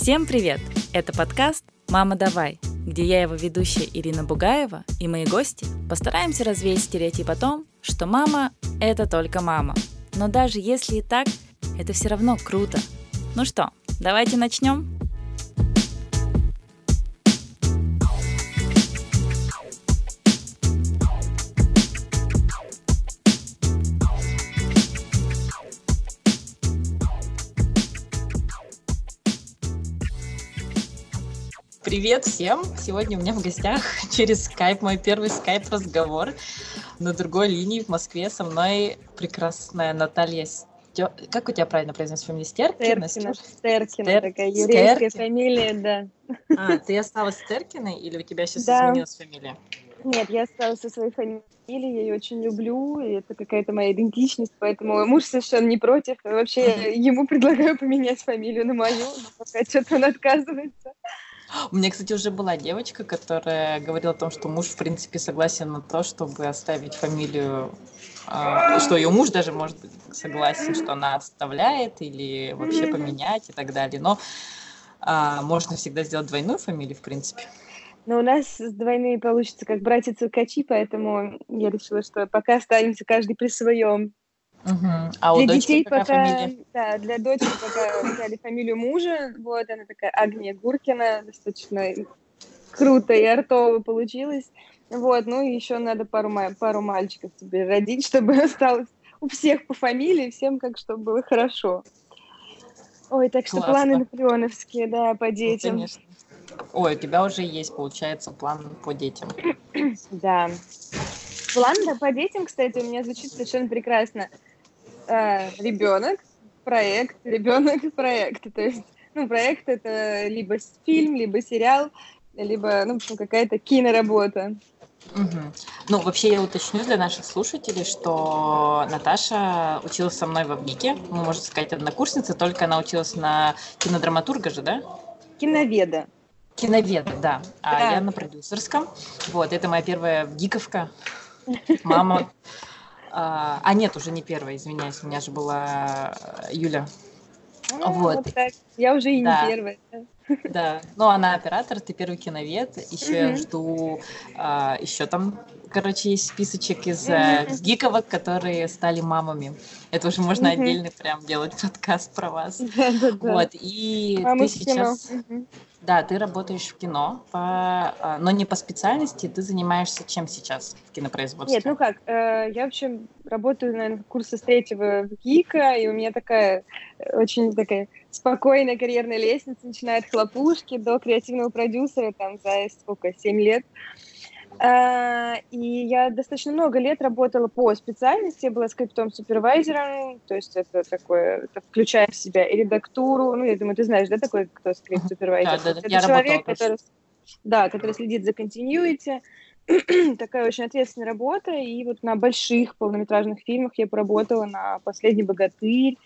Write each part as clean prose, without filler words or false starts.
Всем привет! Это подкаст «Мама, давай», где я, его ведущая Ирина Бугаева, и мои гости постараемся развеять стереотип о том, что мама – это только мама. Но даже если и так, это все равно круто. Ну что, давайте начнем? Привет всем! Сегодня у меня в гостях через Skype мой первый Skype-разговор. На другой линии в Москве со мной прекрасная Наталья Как у тебя правильно произносить фамилию? Стеркина? Стеркина, такая еврейская фамилия, да. Ты осталась Стеркиной или у тебя сейчас Да. изменилась фамилия? Нет, я осталась со своей фамилией, я ее очень люблю, и это какая-то моя идентичность, поэтому муж совершенно не против. И вообще, ему предлагаю поменять фамилию на мою, но пока что-то он отказывается. У меня, кстати, уже была девочка, которая говорила о том, что муж, в принципе, согласен на то, чтобы оставить фамилию, что ее муж даже может быть согласен, что она оставляет или вообще поменять и так далее. Но можно всегда сделать двойную фамилию, в принципе. Но у нас двойные получится как братья-циркачи, поэтому я решила, что пока останемся каждый при своем. А у для дочки детей какая фамилия? Да, для дочери пока взяли фамилию мужа, вот, она такая Агния Гуркина, достаточно круто и артово получилось, вот, ну и еще надо пару мальчиков тебе родить, чтобы осталось у всех по фамилии, всем как чтобы было хорошо. Ой, так что Классно. планы наполеоновские, да, по детям. Ну, конечно. Ой, у тебя уже есть, получается, план по детям. Да. План по детям, кстати, у меня звучит совершенно прекрасно. Ребенок, проект, ребенок, проект. То есть, проект — это либо фильм, либо сериал, либо, в общем, какая-то киноработа. Ну, вообще, я уточню для наших слушателей, что Наташа училась со мной в ВГИКе, можно сказать, однокурсница, только она училась на кинодраматурга же, да? Киноведа. Киноведа, да. А Да. я на продюсерском. Вот, это моя первая ВГИКовка. Мама... нет, уже не первая, извиняюсь, у меня же была Юля. Вот так. Я уже и не первая. Да, ну она оператор, ты первый киновед. Еще я жду, еще там, короче, есть списочек из гиковок, которые стали мамами. Это уже можно отдельно прям делать подкаст про вас. Да. Вот, и ты сейчас... Да, ты работаешь в кино, но не по специальности, ты занимаешься чем сейчас в кинопроизводстве? Нет, я вообще работаю, наверное, курса с 3-го ВГИКа, и у меня такая очень такая спокойная карьерная лестница, начиная от хлопушки до креативного продюсера, там, за 7 лет. И я достаточно много лет работала по специальности, я была скриптом-супервайзером, то есть это включает в себя и редактуру, я думаю, ты знаешь, да, такой, кто скрипт-супервайзер? Да, это я человек, работала, который следит за continuity, такая очень ответственная работа, и вот на больших полнометражных фильмах я поработала на «Последний богатырь»,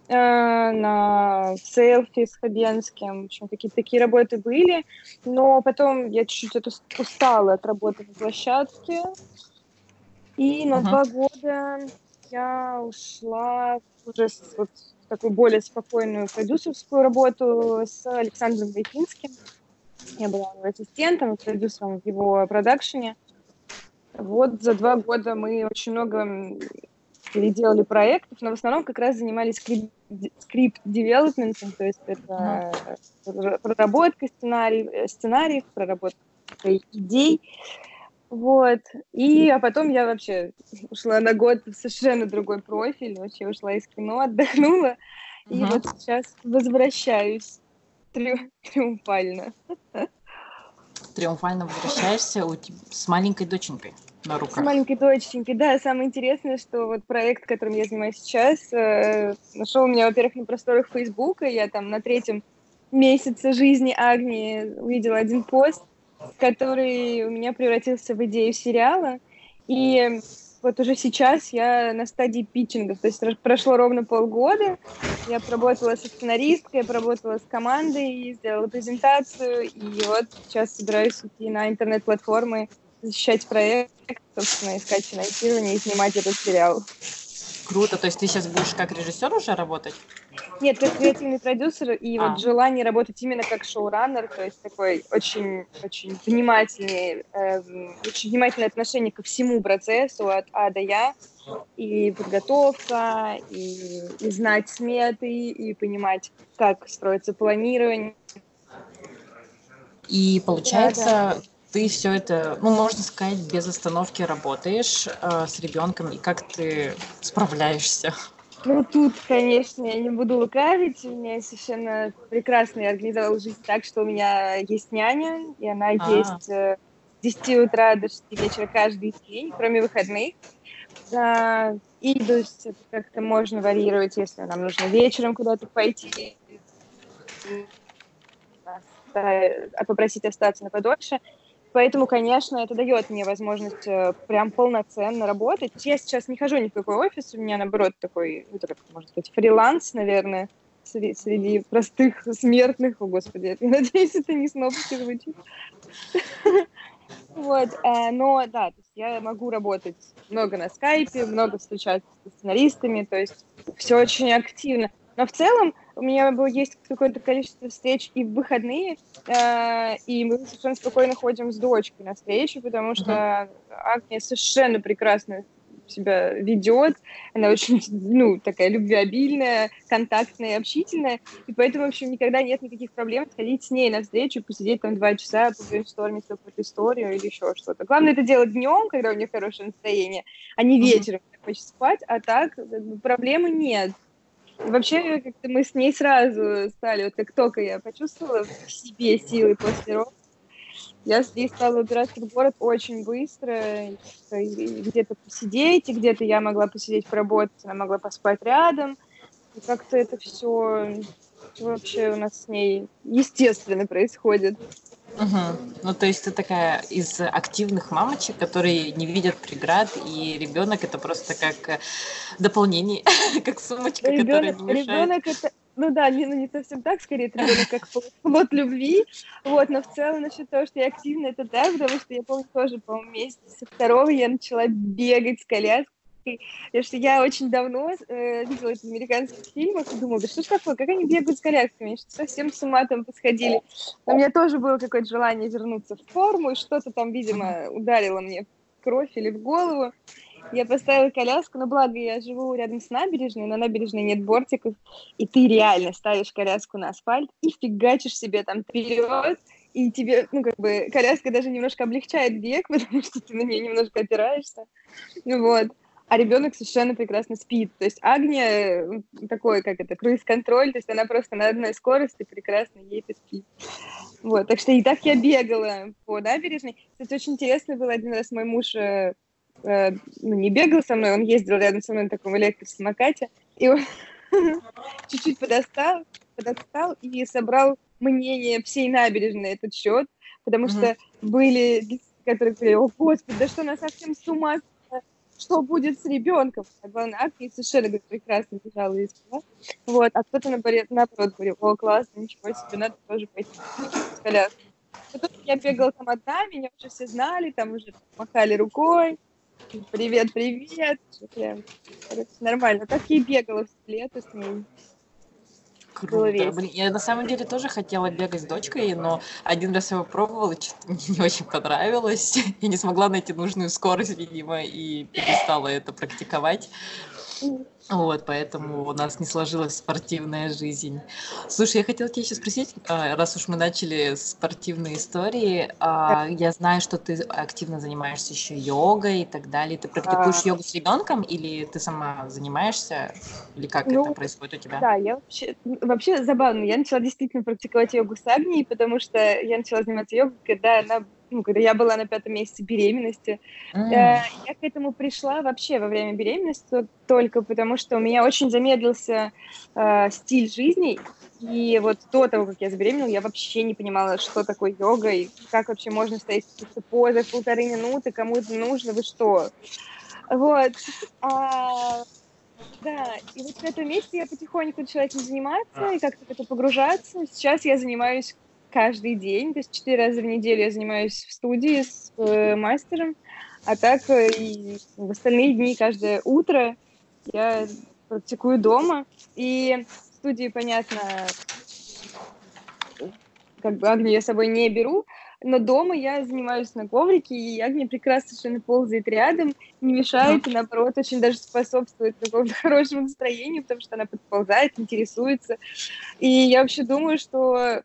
на «Селфи» с Хабенским, в общем, какие-то такие работы были, но потом я чуть-чуть устала от работы на площадке, и на 2 года я ушла уже в такую более спокойную продюсерскую работу с Александром Войтинским. Я была его ассистентом, продюсером в его продакшене. Вот за 2 года мы очень много переделали проектов, но в основном как раз занимались скрипт-девелопментом, то есть это проработка сценариев, проработка идей. Вот. А потом я вообще ушла на год в совершенно другой профиль, вообще ушла из кино, отдохнула, и вот сейчас возвращаюсь триумфально. Триумфально возвращаешься с маленькой доченькой на руках. С маленькой доченькой, да. Самое интересное, что вот проект, которым я занимаюсь сейчас, нашел меня, во-первых, на просторах Фейсбука. Я там на 3-м месяце жизни Агнии увидела один пост, который у меня превратился в идею сериала. И вот уже сейчас я на стадии питчингов, то есть прошло ровно полгода, я поработала со сценаристкой, поработала с командой, сделала презентацию, и вот сейчас собираюсь идти на интернет-платформы, защищать проект, собственно, искать финансирование и снимать этот сериал. Круто, то есть ты сейчас будешь как режиссер уже работать? Нет, как креативный продюсер и А, вот желание работать именно как шоураннер, то есть такой очень очень внимательное отношение ко всему процессу от А до Я, и подготовка, и знать сметы, и понимать, как строится планирование. и Да, да. получается, ты все это, ну, можно сказать, без остановки работаешь с ребенком, и как ты справляешься? Ну, тут, конечно, я не буду лукавить, у меня совершенно прекрасно, я организовала жизнь так, что у меня есть няня, и она А, есть с 10 утра до 6 вечера каждый день, кроме выходных. И то есть это как-то можно варьировать, если нам нужно вечером куда-то пойти, попросить остаться на подольше. Поэтому, конечно, это дает мне возможность прям полноценно работать. Я сейчас не хожу ни в какой офис, у меня, наоборот, такой, ну, так, можно сказать, фриланс, наверное, среди простых смертных. О, Господи, я надеюсь, это не снобски звучит. Вот, но да, то есть я могу работать много на скайпе, много встречаться с сценаристами, то есть все очень активно. Но в целом у меня есть какое-то количество встреч и в выходные, и мы совершенно спокойно ходим с дочкой на встречи, потому мгм. что Агния совершенно прекрасно себя ведет, она очень, ну, такая любвеобильная, контактная, общительная, и поэтому, в общем, никогда нет никаких проблем сходить с ней на встречу, посидеть там 2 часа, побрейнстормить какую-то историю или еще что-то. Главное это делать днем, когда у нее хорошее настроение, а не Мгм. вечером, когда хочешь спать, а так как бы, проблемы нет. И вообще, как-то мы с ней сразу стали, вот как только я почувствовала в себе силы после родов, я с ней стала убираться в город очень быстро, и где-то посидеть, и где-то я могла посидеть, поработать, она могла поспать рядом. И как-то это все вообще у нас с ней естественно происходит. Мгм. Ну, то есть ты такая из активных мамочек, которые не видят преград, и ребенок это просто как дополнение, как сумочка, которая не мешает. Ребенок это, ну да, ну не совсем так, скорее это ребенок как плод любви, вот, но в целом насчет того, что я активна, это да, потому что я помню тоже, по-моему, месяца второго я начала бегать с коляской, потому что я очень давно видела это в американских фильмах и думала, да что ж такое, как они бегают с колясками, они что, совсем с ума там посходили. Но у меня тоже было какое-то желание вернуться в форму, и что-то там, Мгм. видимо, ударило мне в кровь или в голову. Я поставила коляску, но благо я живу рядом с набережной, на набережной нет бортиков, и ты реально ставишь коляску на асфальт и фигачишь себе там вперед, и тебе, ну, как бы, коляска даже немножко облегчает бег, потому что ты на нее немножко опираешься, ну вот. А ребенок совершенно прекрасно спит. То есть Агния такой, как это, круиз-контроль, то есть она просто на одной скорости прекрасно едет и спит. Вот, так что и так я бегала по набережной. Кстати, очень интересно было один раз мой муж ну, не бегал со мной, он ездил рядом со мной на таком электросамокате, и он чуть-чуть подостал и собрал мнение всей набережной на этот счет, потому Мгм. что были, которые говорили, о, Господи, да что она совсем с ума сошла, что будет с ребенком? А главное, Агния совершенно говорит, прекрасно бежала и спала. Вот, а кто-то, наоборот, говорил, о, классно, ничего себе, надо тоже пойти с коляской. Потом я бегала там одна, меня уже все знали, там уже махали рукой, привет, привет. Прям, короче, нормально. Так я и бегала все лето с ней. Было Круто. весело. Блин, я на самом деле тоже хотела бегать с дочкой, но один раз я попробовала, что-то мне не очень понравилось. Я не смогла найти нужную скорость, видимо, и перестала это практиковать. Вот, поэтому у нас не сложилась спортивная жизнь. Слушай, я хотела тебя еще спросить, раз уж мы начали с спортивной истории, я знаю, что ты активно занимаешься еще йогой и так далее. Ты практикуешь А, йогу с ребенком или ты сама занимаешься, или как это ну, происходит у тебя? да, я вообще забавно. Я начала действительно практиковать йогу с Агнией, потому что я начала заниматься йогой, когда она, ну, когда я была на 5-м месяце беременности. М, Я к этому пришла вообще во время беременности только потому, что у меня очень замедлился стиль жизни. И вот до того, как я забеременела, я вообще не понимала, что такое йога и как вообще можно стоять в каких-то позах 1,5 минуты, кому это нужно, вы что? Вот. А, да, и вот в этом месте я потихоньку начала этим заниматься и как-то в это погружаться. Сейчас я занимаюсь каждый день, то есть 4 раза в неделю я занимаюсь в студии с мастером, а так и в остальные дни каждое утро я практикую дома. И студии, понятно, как бы Агнию я с собой не беру, но дома я занимаюсь на коврике, и Агния прекрасно совершенно ползает рядом, не мешает, и наоборот, очень даже способствует какому-то хорошему настроению, потому что она подползает, интересуется. И я вообще думаю, что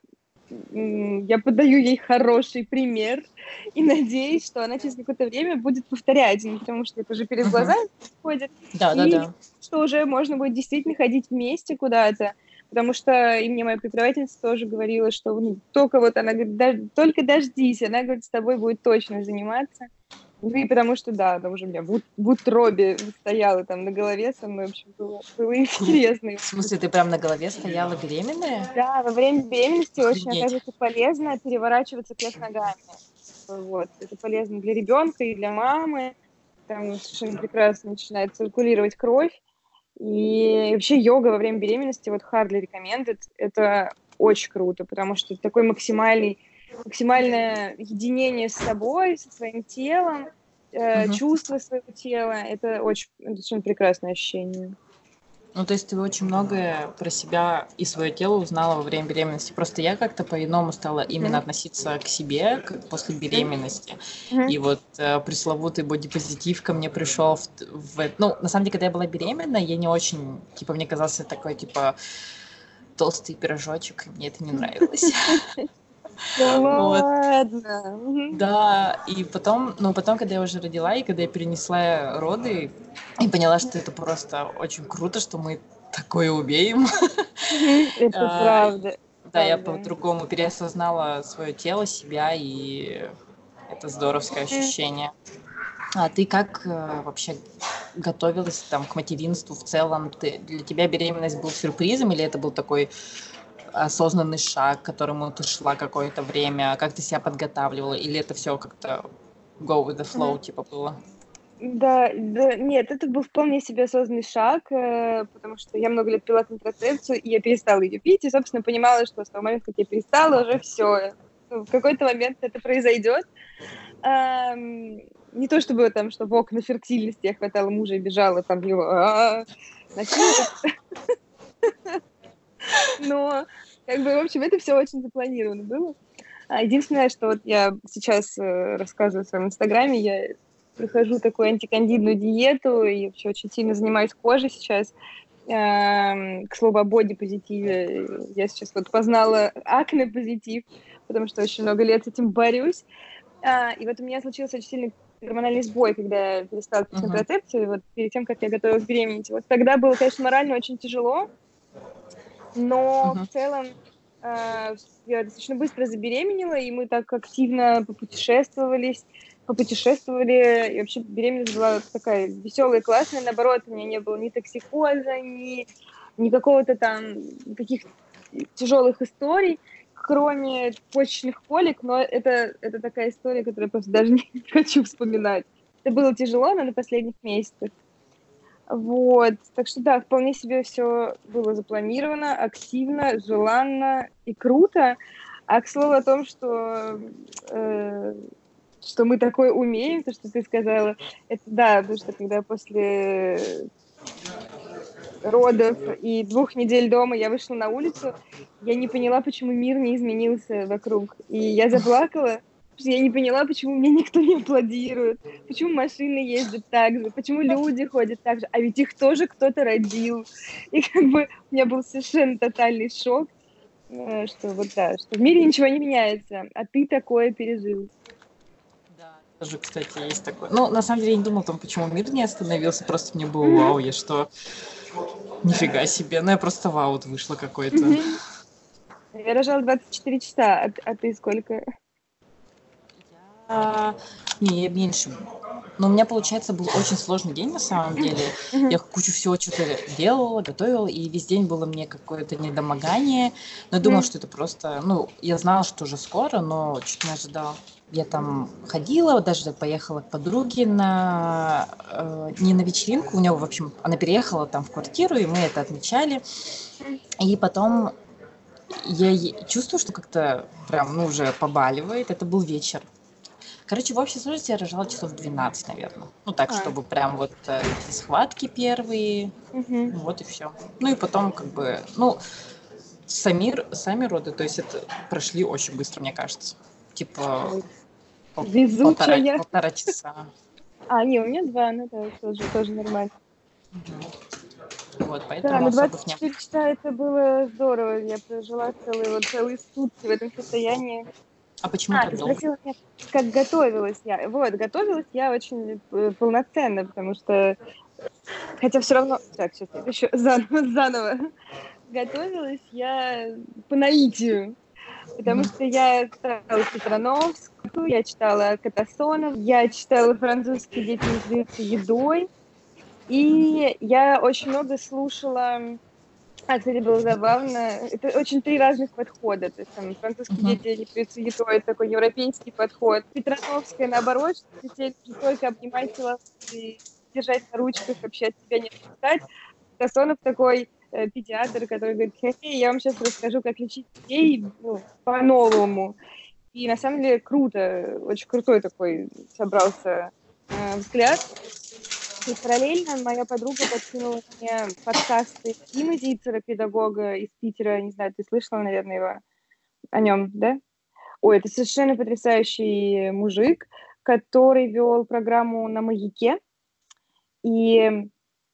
я подаю ей хороший пример и надеюсь, что она через какое-то время будет повторять, потому что это же перед глазами происходит. И что уже можно будет действительно ходить вместе куда-то, потому что и мне моя преподавательница тоже говорила, что только вот она говорит, только дождись, она говорит, с тобой будет точно заниматься. Ну и потому что, да, там уже у меня в утробе стояла там на голове со мной, в общем, было интересно. В смысле, ты прям на голове стояла беременная? Да, во время беременности очень, оказывается, полезно переворачиваться кверх ногами. Вот. Это полезно для ребенка и для мамы. Там совершенно прекрасно начинает циркулировать кровь. И вообще йога во время беременности, вот hardly recommended, это очень круто, потому что это такое максимальное единение с собой, со своим телом, чувство своего тела. Это очень прекрасное ощущение. Ну, то есть ты очень многое про себя и свое тело узнала во время беременности. Просто я как-то по-иному стала именно относиться к себе после беременности. И вот пресловутый бодипозитив ко мне пришел ну, на самом деле, когда я была беременна, я не очень, типа, мне казался такой, типа, толстый пирожочек, и мне это не нравилось. Да ладно. Да, и потом, когда я уже родила, и когда я перенесла роды, и поняла, что это просто очень круто, что мы такое умеем. Это правда. Да, я по-другому переосознала свое тело, себя, и это здоровское ощущение. А ты как вообще готовилась там к материнству в целом? Для тебя беременность был сюрпризом, или это был такой осознанный шаг, к которому ты шла какое-то время? Как ты себя подготавливала? Или это все как-то go with the flow, типа, было? Да, нет, это был вполне себе осознанный шаг, потому что я много лет пила контрацепцию, и я перестала ее пить, и, собственно, понимала, что с того момента, как я перестала, уже все. В какой-то момент это произойдет. Не то чтобы там, что в окна фертильности я хватала мужа и бежала там его насиловать. Но, как бы, в общем, это все очень запланировано было. Единственное, что вот я сейчас рассказываю в своем инстаграме, я прохожу такую антикандидную диету и вообще очень сильно занимаюсь кожей сейчас. К слову о бодипозитиве, я сейчас вот познала акне-позитив, потому что очень много лет с этим борюсь. И вот у меня случился очень сильный гормональный сбой, когда я перестала пить контрацепцию, вот перед тем, как я готовилась беременеть. Вот тогда было, конечно, морально очень тяжело, но в целом я достаточно быстро забеременела, и мы так активно попутешествовали, и вообще беременность была такая веселая, классная, наоборот, у меня не было ни токсикоза, ни какого-то там таких тяжелых историй, кроме почечных колик, но это такая история, которую я просто даже не хочу вспоминать. Это было тяжело, но на последних месяцах. Вот, так что да, вполне себе все было запланировано, активно, желанно и круто. А к слову о том, что мы такое умеем, то, что ты сказала, это да, потому что когда после родов и 2 недель дома я вышла на улицу, я не поняла, почему мир не изменился вокруг. И я заплакала, потому что я не поняла, почему мне никто не аплодирует, почему машины ездят так же, почему люди ходят так же, а ведь их тоже кто-то родил. И как бы у меня был совершенно тотальный шок, что вот да, что в мире ничего не меняется, а ты такое пережил. Да, тоже, кстати, есть такое. Ну, на самом деле, я не думала о том, почему мир не остановился, просто мне было вау, я что... Нифига себе, ну я просто в аут вышла какой-то. Я рожала 24 часа, а ты сколько? Не, меньше. Но у меня, получается, был очень сложный день на самом деле. Я кучу всего что-то делала, готовила, и весь день было мне какое-то недомогание. Но я думала, что это просто... Ну, я знала, что уже скоро, но чуть не ожидала. Я там ходила, даже поехала к подруге не на вечеринку, у нее, в общем, она переехала там в квартиру, и мы это отмечали. И потом я чувствую, что как-то прям, уже побаливает. Это был вечер. Короче, в общей сложности я рожала часов 12, наверное. Ну, так, А. чтобы прям вот эти схватки первые, Мгм. вот и все. Ну, и потом как бы, ну, сами роды, то есть это прошли очень быстро, мне кажется. Типа Ой, полтора, везучая. полтора часа. Не, у меня 2, ну да, тоже нормально. Вот, Да, поэтому ну особых нет. 24 часа это было здорово. Я прожила целые сутки в этом состоянии. А почему так Ты долго? спросила меня, как готовилась я. Вот, готовилась я очень полноценно, потому что, хотя все равно... Так, сейчас я еще заново. Готовилась я по наитию, потому что я читала Петрановскую, я читала Катасонов, я читала французский «Дети не сдаются едой», и я очень много слушала... кстати, было забавно. Это очень 3 разных подхода. То есть там французские Мгм. дети не пьют едой, это такой европейский подход. Петрановская, наоборот, что детей нужно только обнимать, целовать и держать на ручках, вообще от себя не отпускать. Касонов такой педиатр, который говорит: хе-хе, я вам сейчас расскажу, как лечить детей по-новому. И на самом деле круто, очень крутой такой собрался взгляд. И параллельно моя подруга подкинула мне подкасты Димы Зицера, педагога из Питера. Не знаю, ты слышала, наверное, его о нем, да? Ой, это совершенно потрясающий мужик, который вел программу на «Маяке». И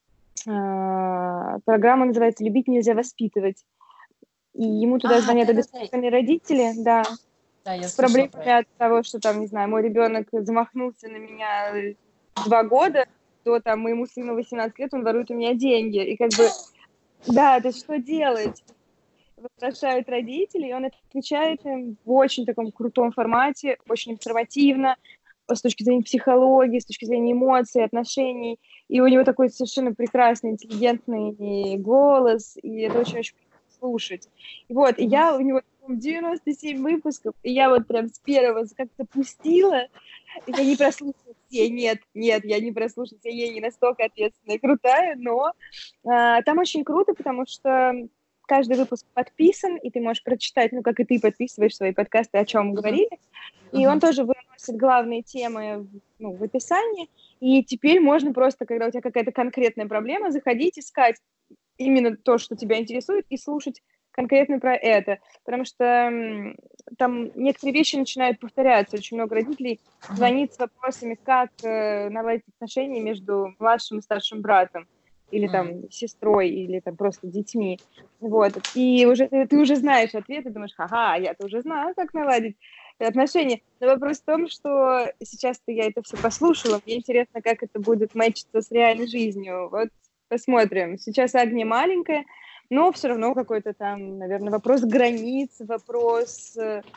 программа называется «Любить нельзя воспитывать». И ему туда звонят Да-да-да. обеспокоенные родители, да, Да, я с слышала про это. проблемами от того, что там, не знаю, мой ребенок замахнулся на меня 2 года, то там моему сыну 18 лет, он ворует у меня деньги. И как бы, да, то есть что делать? Вопрошают родители, и он отвечает им в очень таком крутом формате, очень информативно, с точки зрения психологии, с точки зрения эмоций, отношений. И у него такой совершенно прекрасный, интеллигентный голос, и это очень-очень приятно слушать. И вот, и я у него 97 выпусков, и я вот прям с первого как-то пустила, и я не прослушала все, нет, я не прослушала все, я не настолько ответственная и крутая, но там очень круто, потому что каждый выпуск подписан, и ты можешь прочитать, ну, как и ты подписываешь свои подкасты, о чем мы говорили. И он тоже выносит главные темы в описании. И теперь можно просто, когда у тебя какая-то конкретная проблема, заходить, искать именно то, что тебя интересует, и слушать конкретно про это. Потому что там некоторые вещи начинают повторяться. Очень много родителей звонит с вопросами, как наладить отношения между младшим и старшим братом, или там сестрой, или там просто детьми. Вот. И уже ты уже знаешь ответ, и думаешь: ага, я-то уже знаю, как наладить отношения. Но вопрос в том, что сейчас-то я это все послушала, мне интересно, как это будет мэчиться с реальной жизнью. Вот посмотрим. Сейчас Агния маленькая, но все равно какой-то там, наверное, вопрос границ, вопрос,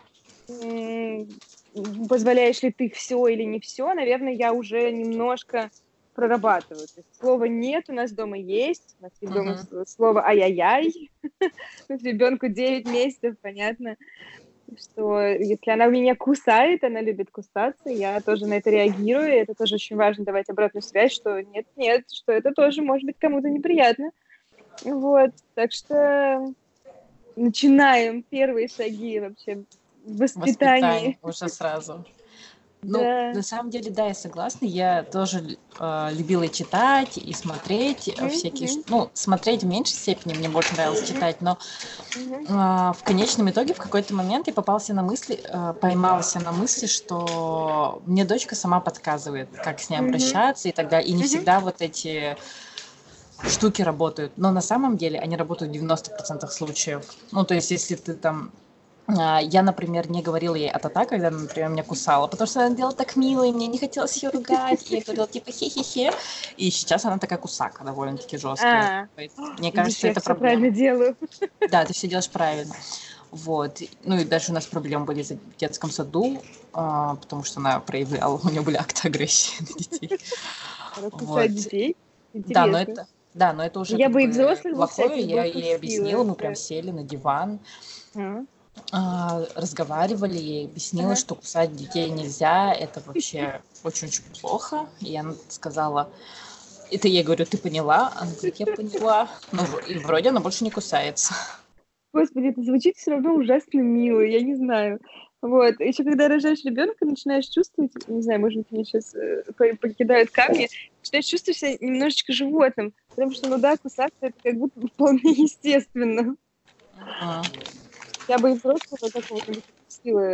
позволяешь ли ты все или не все, наверное, я уже немножко прорабатываю. То есть слова «нет» у нас дома есть, у нас есть дома слово «ай-яй-яй». Ребенку 9 месяцев, понятно, что если она меня кусает, она любит кусаться, я тоже на это реагирую, и это тоже очень важно давать обратную связь, что нет, что это тоже может быть кому-то неприятно. Вот, так что начинаем первые шаги вообще в воспитании. Воспитание уже сразу. Ну, Да. на самом деле, да, я согласна. Я тоже любила читать и смотреть всякие... Ну, смотреть в меньшей степени, мне больше нравилось читать, но в конечном итоге в какой-то момент я поймался на мысли, что мне дочка сама подсказывает, как с ней обращаться и так далее. И не всегда вот эти штуки работают. Но на самом деле они работают в 90% случаев. Ну, то есть если ты там... Я, например, не говорила ей а-та-та, когда она, например, меня кусала, потому что она делала так мило, и мне не хотелось ее ругать. И я говорила, типа, хе-хе-хе. И сейчас она такая кусака, довольно-таки жесткая. Мне кажется, это проблема. Я правильно делаю. Да, ты все делаешь правильно. Вот. Ну и даже у нас проблемы были в детском саду, потому что она проявляла, у нее были акты агрессии на детей. Кусать детей? Да, но это уже я бы и взрослых плохое. Я ей объяснила, мы прям сели на диван, разговаривали, ей объяснила, что кусать детей нельзя, это вообще очень-очень плохо. И она сказала, это я говорю, ты поняла? Она говорит, я поняла. Ну, и вроде она больше не кусается. Господи, это звучит все равно ужасно мило, я не знаю. Вот. Еще когда рожаешь ребенка, начинаешь чувствовать, не знаю, может быть, мне сейчас покидают камни, начинаешь чувствовать себя немножечко животным, потому что, ну да, кусаться это как будто бы вполне естественно. А, Я бы и взрослого такого не допустила.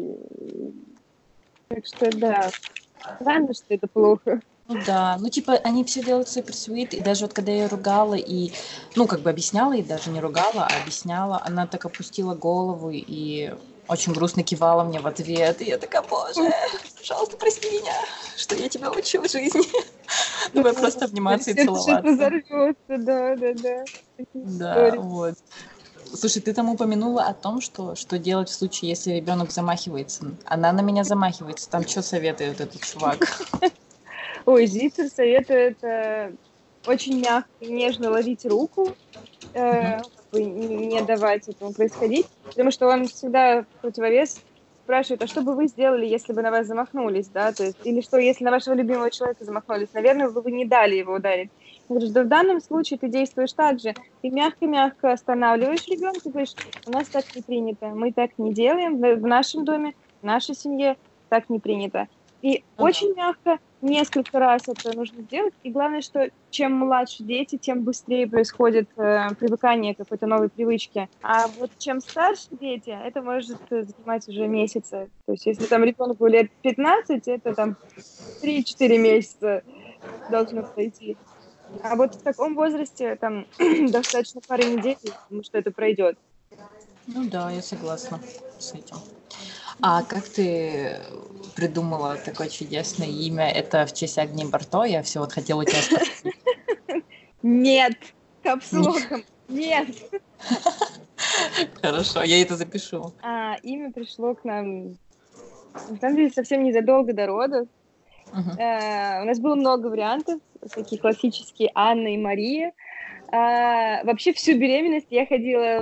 Так что да, странно, что это плохо. Ну да, ну типа они все делают супер свит, и даже вот когда я ругала и, ну как бы объясняла, и даже не ругала, а объясняла, она так опустила голову и очень грустно кивала мне в ответ, и я такая, боже, пожалуйста, прости меня, что я тебя учу в жизни. Давай просто обниматься и Сердце сейчас целоваться. разорвется, да. Такие Да, истории. вот. Слушай, ты там упомянула о том, что делать в случае, если ребенок замахивается. Она на меня замахивается. Там что советует этот чувак? Ой, Зитер советует очень мягко и нежно ловить руку, Мгм. как бы не давать этому происходить, потому что он всегда в противовес спрашивает, а что бы вы сделали, если бы на вас замахнулись, да, то есть, или что, если на вашего любимого человека замахнулись, наверное, вы бы не дали его ударить. Я говорю, что в данном случае ты действуешь так же, ты мягко-мягко останавливаешь ребенка, говоришь, у нас так не принято, мы так не делаем, в нашем доме, в нашей семье так не принято. И Ну да. очень мягко несколько раз это нужно сделать. И главное, что чем младше дети, тем быстрее происходит привыкание к какой-то новой привычке. А вот чем старше дети, это может занимать уже месяцы. То есть если там ребенку лет 15, это там 3-4 месяца должно пройти. А вот в таком возрасте там достаточно пары недель, потому что это пройдет. Ну да, я согласна с этим. А как ты придумала такое чудесное имя? Это в честь Агнии Барто? Я все вот хотела у тебя спросить. Нет! Нет. Капслоком! Нет! Хорошо, я это запишу. Имя пришло к нам, на самом деле, совсем незадолго до родов. Мгм. У нас было много вариантов, такие классические Анна и Мария. Вообще всю беременность я ходила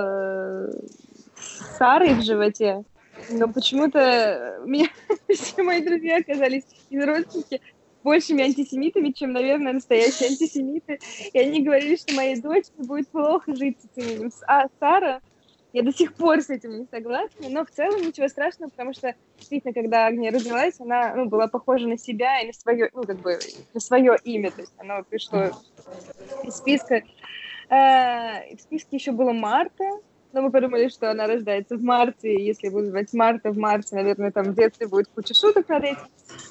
с Сарой в животе, но почему-то у меня все мои друзья оказались из родственники большими антисемитами, чем, наверное, настоящие антисемиты. И они говорили, что моей дочери будет плохо жить с этим именем. Сара, я до сих пор с этим не согласна, но в целом ничего страшного, потому что действительно, когда Агния родилась, она была похожа на себя и на свое, на свое имя, то есть оно пришло из списка. В списке еще было Марта, но мы подумали, что она рождается в марте, и если буду звать Марта в марте, наверное, там в детстве будет куча шуток над этим.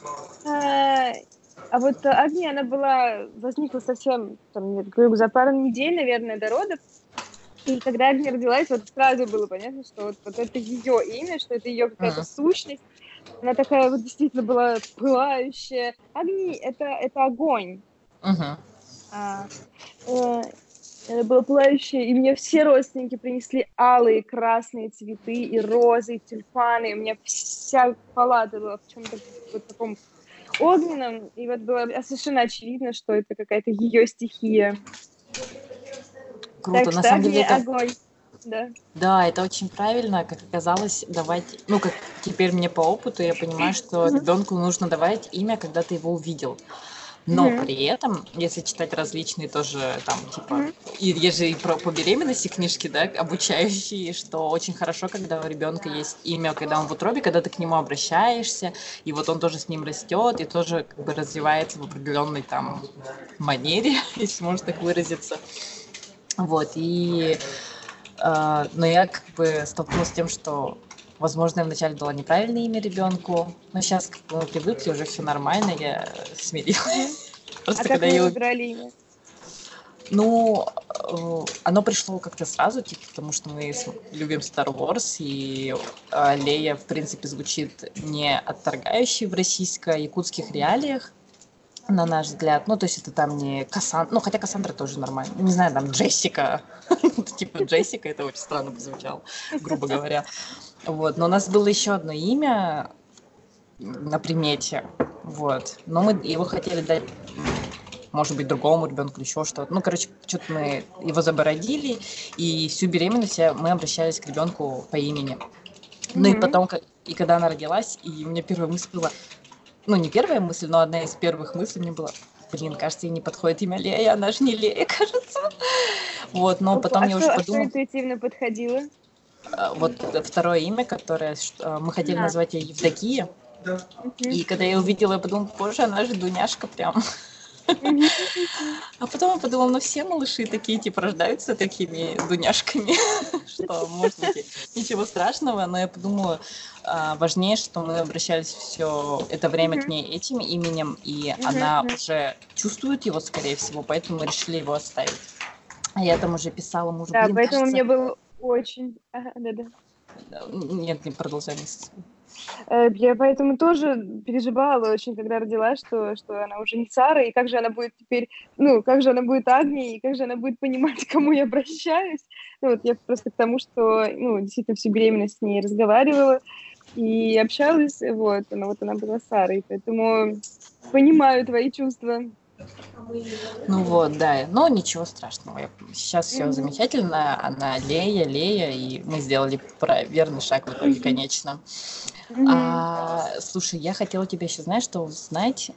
А вот Агния, она возникла совсем, за пару недель, наверное, до родов. И когда Агния родилась, вот сразу было понятно, что вот это ее имя, что это ее какая-то сущность. Она такая вот действительно была пылающая. Агни — это огонь. Мгм. Это было пылающее, и мне все родственники принесли алые, красные цветы, и розы, и тюльпаны. У меня вся палата была в чем-то вот таком огненном, и вот было совершенно очевидно, что это какая-то ее стихия. Круто. Так На что самом деле Агния — это, огонь. Да. да, это очень правильно, как оказалось, давать, ну, как теперь мне по опыту, я понимаю, что ребенку нужно давать имя, когда ты его увидел. Но Мгм. при этом, если читать различные тоже там, типа, Мгм. и есть же и по беременности книжки, да, обучающие, что очень хорошо, когда у ребенка есть имя, когда он в утробе, когда ты к нему обращаешься, и вот он тоже с ним растет, и тоже как бы развивается в определенной там манере, если можно так выразиться. Вот, но я как бы столкнулась с тем, что, возможно, я вначале дала неправильное имя ребенку, но сейчас как бы мы привыкли, уже все нормально, я смирилась. Мгм. Просто А как когда вы я выбрали имя? ну, оно пришло как-то сразу, типа, потому что мы любим Star Wars, и Лея, в принципе, звучит не отторгающе в российско-якутских реалиях, на наш взгляд. Ну, то есть это там не Кассандра, ну, хотя Кассандра тоже нормально. Не знаю, там Джессика. Типа Джессика, это очень странно прозвучало, грубо говоря. Вот, но у нас было еще одно имя на примете, вот. Но мы его хотели дать, может быть, другому ребенку, еще что-то. Ну, короче, что-то мы его забородили, и всю беременность мы обращались к ребенку по имени. Ну и Мгм. потом, и когда она родилась, и у меня первая мысль была, ну, не первая мысль, но одна из первых мыслей мне была, блин, кажется, ей не подходит имя Лея, она же не Лея, кажется. Вот, но потом А я уже что подумала, интуитивно подходило? вот второе имя, которое мы хотели А, назвать ее Евдокия. мгм, И когда я увидела, я подумала, боже, она же Дуняшка прям. мгм, мгм. А потом я подумала, ну все малыши такие, типа, рождаются такими Дуняшками, что, может быть, и ничего страшного, но я подумала, важнее, что мы обращались все это время к Мгм, ней этим именем, и мгм, она мгм. уже чувствует его, скорее всего, поэтому мы решили его оставить. А я там уже писала мужу, Да, блин, поэтому кажется, мне было очень... Ага, да-да. нет, не продолжай мысль. Я поэтому тоже переживала очень, когда родила, что она уже не Сара, и как же она будет теперь, ну, как же она будет Агнией, и как же она будет понимать, к кому я обращаюсь. Ну, вот я просто к тому, что, ну, действительно всю беременность с ней разговаривала и общалась, вот она была Сарой, поэтому понимаю твои чувства. Ну вот, да, но ничего страшного. Сейчас все Мгм, замечательно. Она Лея, и мы сделали верный шаг в итоге, мгм, конечно. мгм. Слушай, я хотела тебя еще, знаешь, что узнать.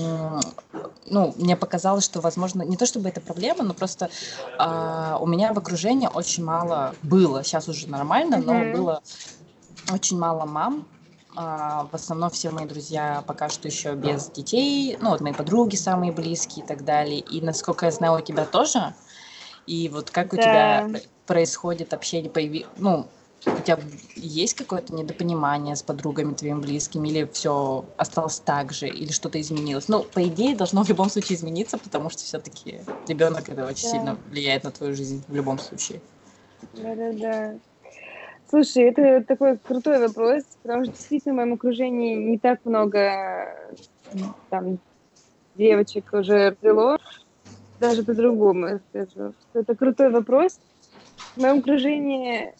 Ну, мне показалось, что, возможно, не то чтобы это проблема, но просто у меня в окружении очень мало было, сейчас уже нормально, но Мгм. было очень мало мам. В основном все мои друзья пока что еще без детей, ну, вот мои подруги самые близкие и так далее. И, насколько я знаю, у тебя тоже. И вот как у тебя Да. происходит общение, ну, у тебя есть какое-то недопонимание с подругами твоими близкими, или все осталось так же, или что-то изменилось? Ну, по идее, должно в любом случае измениться, потому что все-таки ребенок это очень Да, сильно влияет на твою жизнь в любом случае. да-да-да. Слушай, это такой крутой вопрос, потому что действительно в моем окружении не так много там девочек уже родило, даже по-другому скажу. Что это крутой вопрос. В моем окружении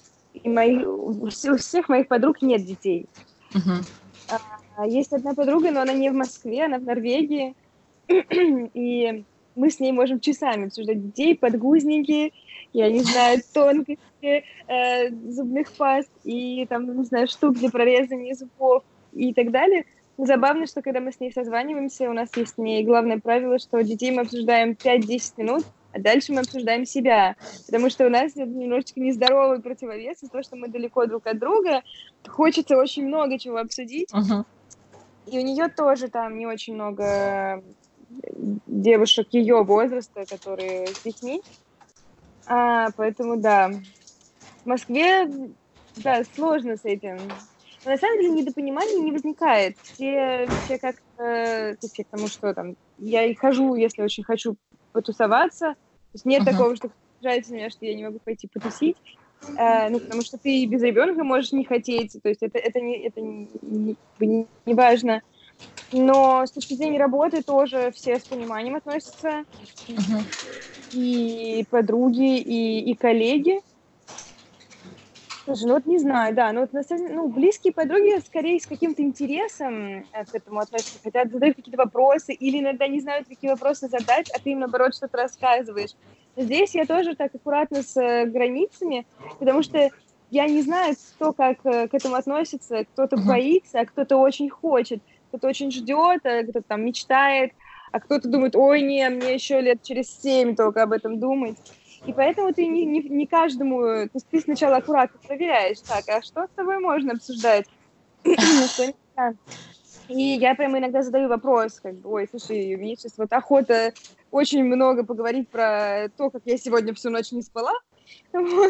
у всех моих подруг нет детей. Мгм. Есть одна подруга, но она не в Москве, она в Норвегии. И мы с ней можем часами обсуждать детей, подгузники, я не знаю, тонкости зубных паст и там, не знаю, штук для прорезания зубов и так далее. Но забавно, что когда мы с ней созваниваемся, у нас есть с ней главное правило, что детей мы обсуждаем 5-10 минут, а дальше мы обсуждаем себя. Потому что у нас это немножечко нездоровый противовес из-за того, что мы далеко друг от друга. Хочется очень много чего обсудить. Мгм. И у нее тоже там не очень много девушек ее возраста, которые с детьми. Поэтому да, в Москве, да, сложно с этим. Но на самом деле недопонимания не возникает. Все как-то, все к тому, что там, я и хожу, если очень хочу потусоваться. То есть нет Мгм. такого, что нравится меня, что я не могу пойти потусить. Ну, потому что ты и без ребенка можешь не хотеть. То есть это не важно. Но с точки зрения работы тоже все с пониманием относятся. Мгм. И подруги, и коллеги. Слушай, ну вот не знаю, да, ну вот на самом деле, ну, близкие подруги скорее с каким-то интересом к этому относятся, хотят задать какие-то вопросы, или иногда не знают, какие вопросы задать, а ты им, наоборот, что-то рассказываешь. Но здесь я тоже так аккуратно с границами, потому что я не знаю, кто как к этому относится, кто-то Мгм. боится, а кто-то очень хочет, кто-то очень ждет, а кто-то там мечтает, а кто-то думает, ой, не, мне еще лет через 7 только об этом думать. И поэтому ты не каждому... То есть ты сначала аккуратно проверяешь, так, а что с тобой можно обсуждать, а что нельзя. И я прямо иногда задаю вопрос, как бы, ой, слушай, мне сейчас вот охота очень много поговорить про то, как я сегодня всю ночь не спала, вот.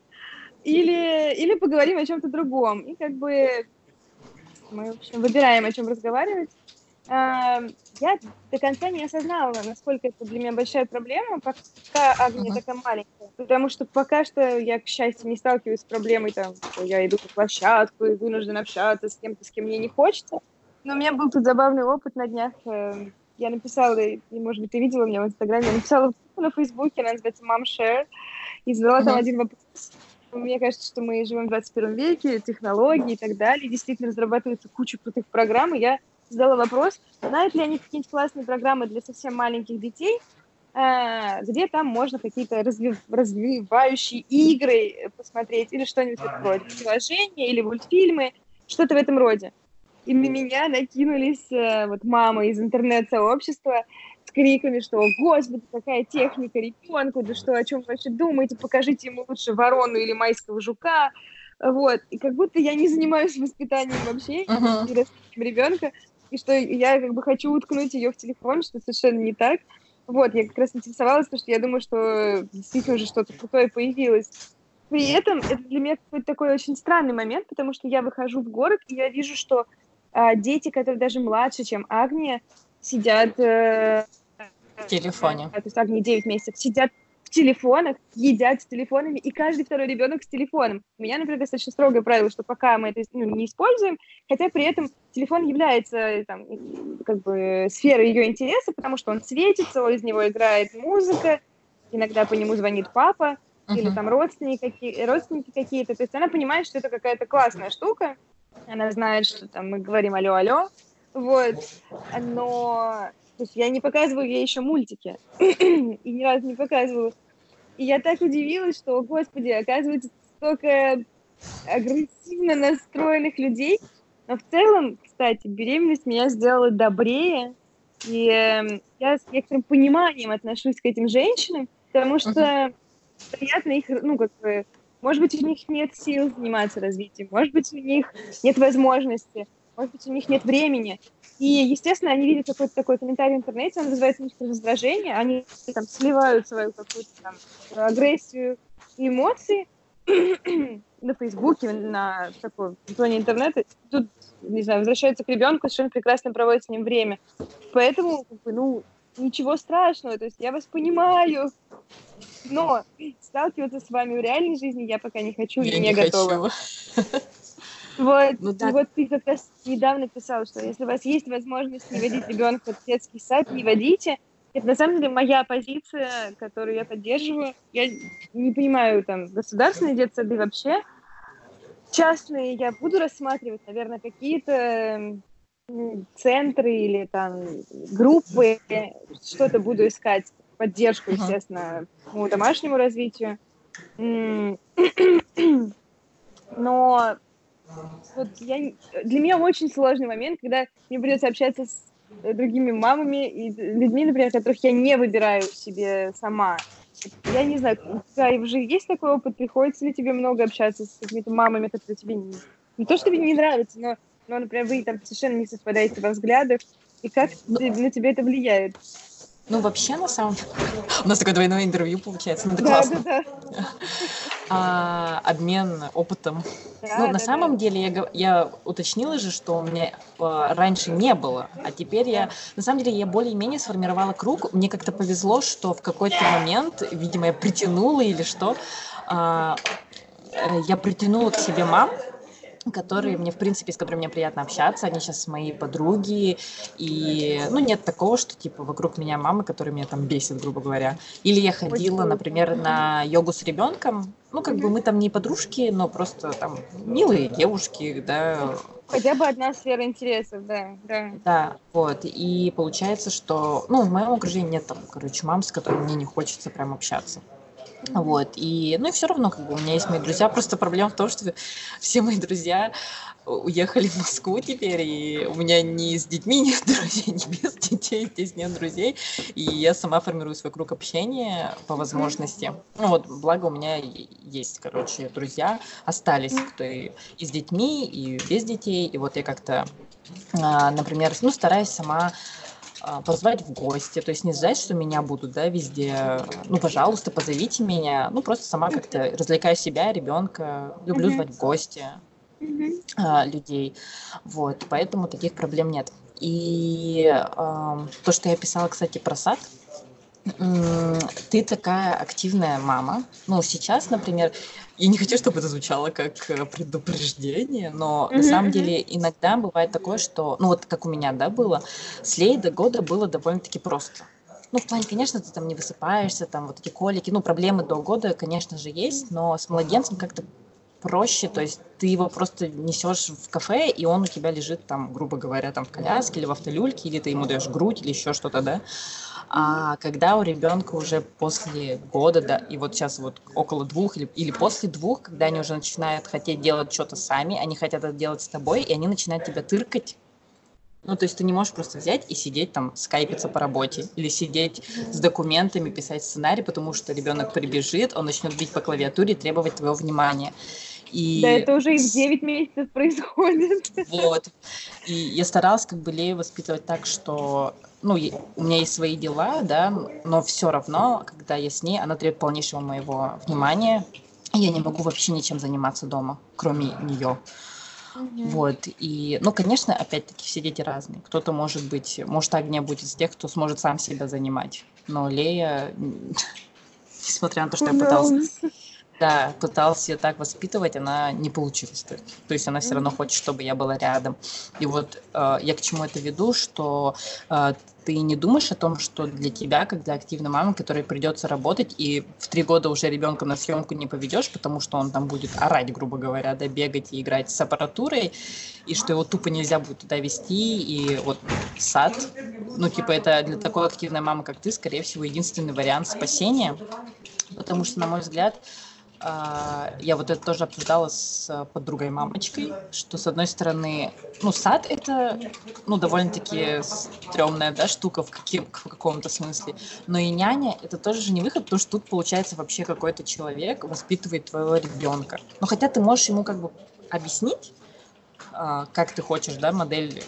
Или поговорим о чем-то другом. И как бы мы, в общем, выбираем, о чем разговаривать. А, Я до конца не осознала, насколько это для меня большая проблема, пока Агния Мгм. такая маленькая. Потому что пока что я, к счастью, не сталкиваюсь с проблемой, там, что я иду на площадку и вынуждена общаться с кем-то, с кем мне не хочется. Но у меня был тут забавный опыт на днях. Я написала, и, может быть, ты видела меня в Инстаграме, я написала на Фейсбуке, она называется Mom Share, и задала там Мгм. один вопрос. Мне кажется, что мы живем в 21 веке, технологии и так далее. Действительно разрабатывается куча крутых программ. И я задала вопрос, знают ли они какие-нибудь классные программы для совсем маленьких детей, где там можно какие-то развивающие игры посмотреть или что-нибудь в этом роде. Приложения или мультфильмы, что-то в этом роде. И на меня накинулись вот мамы из интернет-сообщества с криками, что «Господи, какая техника ребенку, да что, о чем вы вообще думаете, покажите ему лучше ворону или майского жука». Вот, и как будто я не занимаюсь воспитанием вообще, и растением ребенка, и что я как бы хочу уткнуть ее в телефон, что совершенно не так. Вот, я как раз интересовалась, потому что я думаю, что действительно уже что-то крутое появилось. При этом это для меня какой-то такой очень странный момент, потому что я выхожу в город, и я вижу, что дети, которые даже младше, чем Агния, сидят... В телефоне. То есть Агния 9 месяцев, сидят в телефонах, едят с телефонами, и каждый второй ребенок с телефоном. У меня, например, достаточно строгое правило, что пока мы это не используем, хотя при этом телефон является там, как бы сферой ее интереса, потому что он светится, из него играет музыка, иногда по нему звонит папа, или там родственники какие-то. То есть она понимает, что это какая-то классная штука, она знает, что там мы говорим алло-алло, вот, но... То есть я не показываю ей еще мультики. И ни разу не показывала. И я так удивилась, что, господи, оказывается, столько агрессивно настроенных людей. Но в целом, кстати, беременность меня сделала добрее. И я с некоторым пониманием отношусь к этим женщинам, потому что приятно их, ну, как бы, может быть, у них нет сил заниматься развитием, может быть, у них нет возможности, может быть, у них нет времени. И, естественно, они видят какой-то такой комментарий в интернете, он вызывает у них раздражение, они там сливают свою какую-то там агрессию и эмоции на Фейсбуке, на такой зоне интернета. Тут, не знаю, возвращаются к ребенку, совершенно прекрасно проводят с ним время. Поэтому, как бы, ну, ничего страшного, то есть я вас понимаю, но сталкиваться с вами в реальной жизни я пока не хочу и не готова. Вот, ну, да. Вот ты как раз недавно писала, что если у вас есть возможность не водить ребенка в детский сад, не водите. Это на самом деле моя позиция, которую я поддерживаю. Я не понимаю, там, государственные детсады вообще. Частные я буду рассматривать, наверное, какие-то центры или там группы, что-то буду искать, поддержку, естественно, по домашнему развитию. Но вот для меня очень сложный момент, когда мне придется общаться с другими мамами и людьми, например, которых я не выбираю себе сама. Я не знаю, у тебя уже есть такой опыт? Приходится ли тебе много общаться с какими-то мамами, которые тебе не то, что тебе не нравятся, но, например, вы там совершенно не совпадаете во взглядах, и как на тебя это влияет? Ну, вообще, на самом деле... У нас такое двойное интервью получается, ну, это классно. Обмен опытом. На самом деле, я уточнила же, что у меня раньше не было, а теперь на самом деле, я более-менее сформировала круг. Мне как-то повезло, что в какой-то момент, видимо, я притянула или что, я притянула к себе мам, которые мне, в принципе, с которыми мне приятно общаться, они сейчас мои подруги, и, нет такого, что, типа, вокруг меня мамы, которые меня там бесят, грубо говоря. Или я ходила, например, на йогу с ребенком, как бы мы там не подружки, но просто там милые девушки, да. Хотя бы одна сфера интересов, да. Да, вот, и получается, что, в моем окружении нет там, мам, с которыми мне не хочется прям общаться. Вот, и все равно, как бы, у меня есть мои друзья, просто проблема в том, что все мои друзья уехали в Москву теперь, и у меня ни с детьми нет друзей, ни без детей здесь нет друзей, и я сама формирую свой круг общения по возможности. Благо у меня есть, друзья, остались, кто и с детьми, и без детей, и вот я как-то, например, стараюсь сама позвать в гости, то есть не ждать, что меня будут, везде, пожалуйста, позовите меня, просто сама как-то развлекаю себя, ребенка, люблю звать в гости людей, вот, поэтому таких проблем нет. И то, что я писала, кстати, про сад, ты такая активная мама, сейчас, например, я не хочу, чтобы это звучало как предупреждение, но на самом деле иногда бывает такое, что, как у меня, было, с Лей до года было довольно-таки просто. В плане, конечно, ты там не высыпаешься, там вот эти колики, проблемы до года, конечно же, есть, но с младенцем как-то проще, то есть ты его просто несешь в кафе, и он у тебя лежит там, грубо говоря, там в коляске или в автолюльке, или ты ему даешь грудь или еще что-то, да. А когда у ребенка уже после года, и вот сейчас вот около 2 или после 2, когда они уже начинают хотеть делать что-то сами, они хотят это делать с тобой, и они начинают тебя тыркать. То есть ты не можешь просто взять и сидеть там, скайпиться по работе, или сидеть с документами, писать сценарий, потому что ребенок прибежит, он начнет бить по клавиатуре и требовать твоего внимания. Да, И это уже и в 9 месяцев происходит. вот. И я старалась как бы Лею воспитывать так, что, ну, у меня есть свои дела, да, но все равно, когда я с ней, она требует полнейшего моего внимания. И я не могу вообще ничем заниматься дома, кроме нее. Мгм. Вот, и, ну, конечно, опять-таки, все дети разные. Кто-то может Агния будет из тех, кто сможет сам себя занимать. Но Лея, несмотря на то, что Who я пыталась, knows? да, пытался ее так воспитывать, она не получилась. То есть она все равно Мгм. хочет, чтобы я была рядом. И вот я к чему это веду, что ты не думаешь о том, что для тебя, как для активной мамы, которой придется работать, и в 3 года уже ребенка на съемку не поведешь, потому что он там будет орать, грубо говоря, да, бегать и играть с аппаратурой, и что его тупо нельзя будет туда вести, и вот сад, ну, типа, это для такой активной мамы, как ты, скорее всего, единственный вариант спасения, потому что, на мой взгляд, я вот это тоже обсуждала с подругой мамочкой, что с одной стороны, ну, сад это, ну, довольно-таки стрёмная, да, штука в каком-то смысле, но и няня это тоже же не выход, потому что тут получается вообще какой-то человек воспитывает твоего ребенка. Но хотя ты можешь ему как бы объяснить, как ты хочешь, да, модель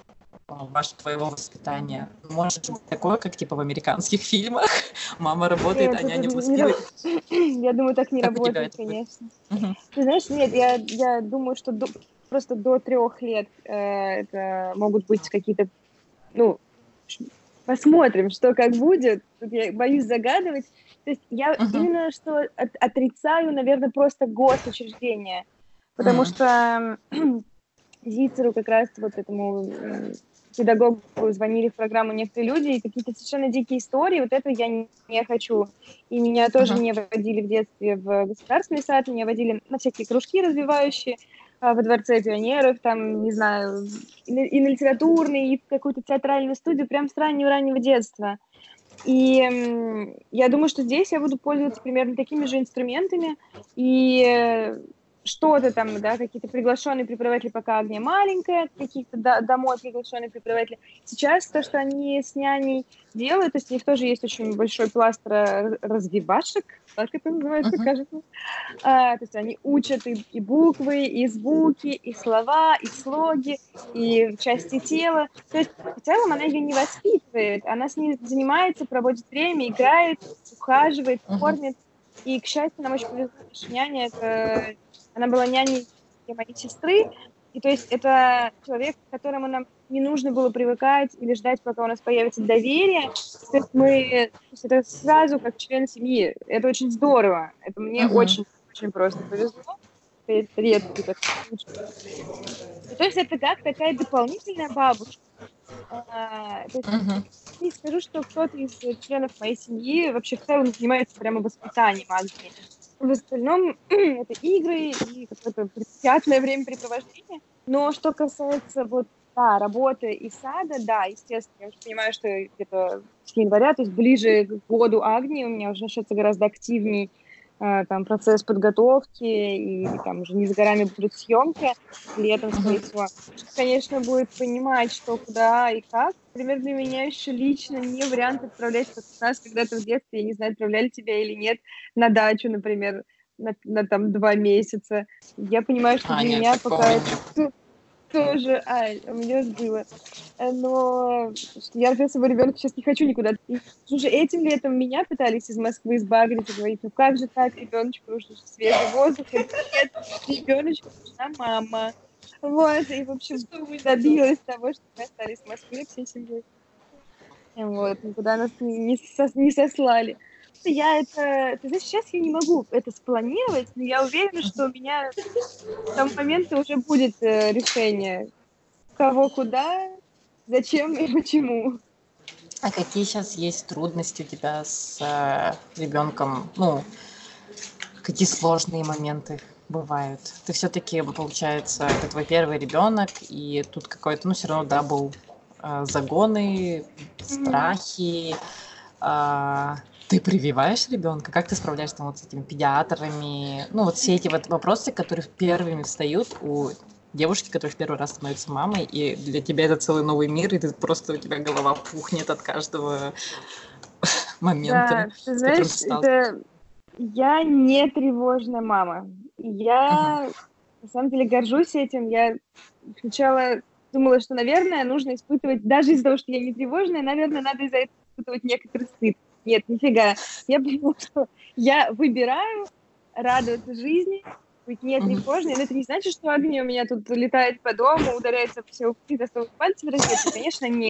твоего воспитания. Может быть такое, как типа в американских фильмах. Мама работает, Нет, а это няня не воспитывает. я думаю, так не Как у тебя работает, это будет? конечно. Мгм. Ты знаешь, нет, я думаю, что просто до 3 лет это могут быть какие-то, ну, посмотрим, что как будет. Тут я боюсь загадывать. То есть я Мгм. именно что отрицаю, наверное, просто госучреждение, потому М. что Зицеру как раз вот этому педагогу звонили в программу некоторые люди, и какие-то совершенно дикие истории, вот это я не хочу. И меня тоже Мгм. не водили в детстве в государственный сад, меня водили на всякие кружки развивающие, во Дворце пионеров, там, не знаю, и на литературный, и в какую-то театральную студию, прям с раннего-раннего детства. И я думаю, что здесь я буду пользоваться примерно такими же инструментами, и что-то там, да, какие-то приглашенные преподаватели, пока Агния маленькая, каких-то домой приглашенные преподаватели. Сейчас то, что они с няней делают, то есть у них тоже есть очень большой пласт развивашек, так это называется, Мгм. кажется. То есть они учат и буквы, и звуки, и слова, и слоги, и части тела. То есть в целом она ее не воспитывает, она с ней занимается, проводит время, играет, ухаживает, Мгм. кормит. И, к счастью, нам очень повезло, что няня, она была няней для моей сестры, и то есть это человек, к которому нам не нужно было привыкать или ждать, пока у нас появится доверие. То есть то есть это сразу как член семьи. Это очень здорово. Это мне Мгм. очень просто повезло. Это редкий такой случай. И то есть это как такая дополнительная бабушка. То есть Мгм. не скажу, что кто-то из членов моей семьи вообще в целом занимается прямо воспитанием Агнии. В остальном это игры и какое-то приятное времяпрепровождение. Но что касается вот, да, работы и сада, да, естественно, я уже понимаю, что где-то с января, то есть ближе к году Агнии у меня уже начнется гораздо активней там процесс подготовки, и там уже не за горами будут съемки летом, скорее всего. Конечно, будет понимать, что, куда и как. Например, для меня еще лично не вариант отправлять, как у нас когда-то в детстве, я не знаю, отправляли тебя или нет, на дачу, например, на там 2 месяца. Я понимаю, что для Нет, меня такого пока нет. тоже, у меня же было. Но я например, своего ребенка сейчас не хочу никуда. И, слушай, этим летом меня пытались из Москвы сбагрить и говорить, ну как же так, ребеночку нужен свежий воздух. Я говорю, нет, ребеночку нужна мама. Вот, и, в общем, добилась того, что мы остались в Москве всей семьей. Вот, никуда нас не сослали. Ты знаешь, сейчас я не могу это спланировать, но я уверена, что у меня к тому моменту уже будет решение, кого куда, зачем и почему. А какие сейчас есть трудности у тебя с ребенком? Ну, какие сложные моменты бывают? Ты все-таки, получается, это твой первый ребенок, и тут какой-то, ну, все равно дабл загоны, Мгм. страхи. Ты прививаешь ребенка? Как ты справляешься там вот с этими педиатрами? Ну, вот все эти вот вопросы, которые первыми встают у девушки, которая в первый раз становится мамой, и для тебя это целый новый мир, и ты просто, у тебя голова пухнет от каждого момента, Да, ты с которым знаешь, ты сталкиваешься. Я не тревожная мама. Мгм. Я на самом деле горжусь этим. Я сначала думала, что, наверное, нужно испытывать, даже из-за того, что я не тревожная, наверное, надо из-за этого испытывать некоторый стыд. Нет, нифига. Я поняла, что я выбираю радоваться жизни, быть не Мгм. тревожной. Но это не значит, что огни у меня тут летает по дому, ударяется все углы, засовывает пальцы в розетку. Конечно, нет.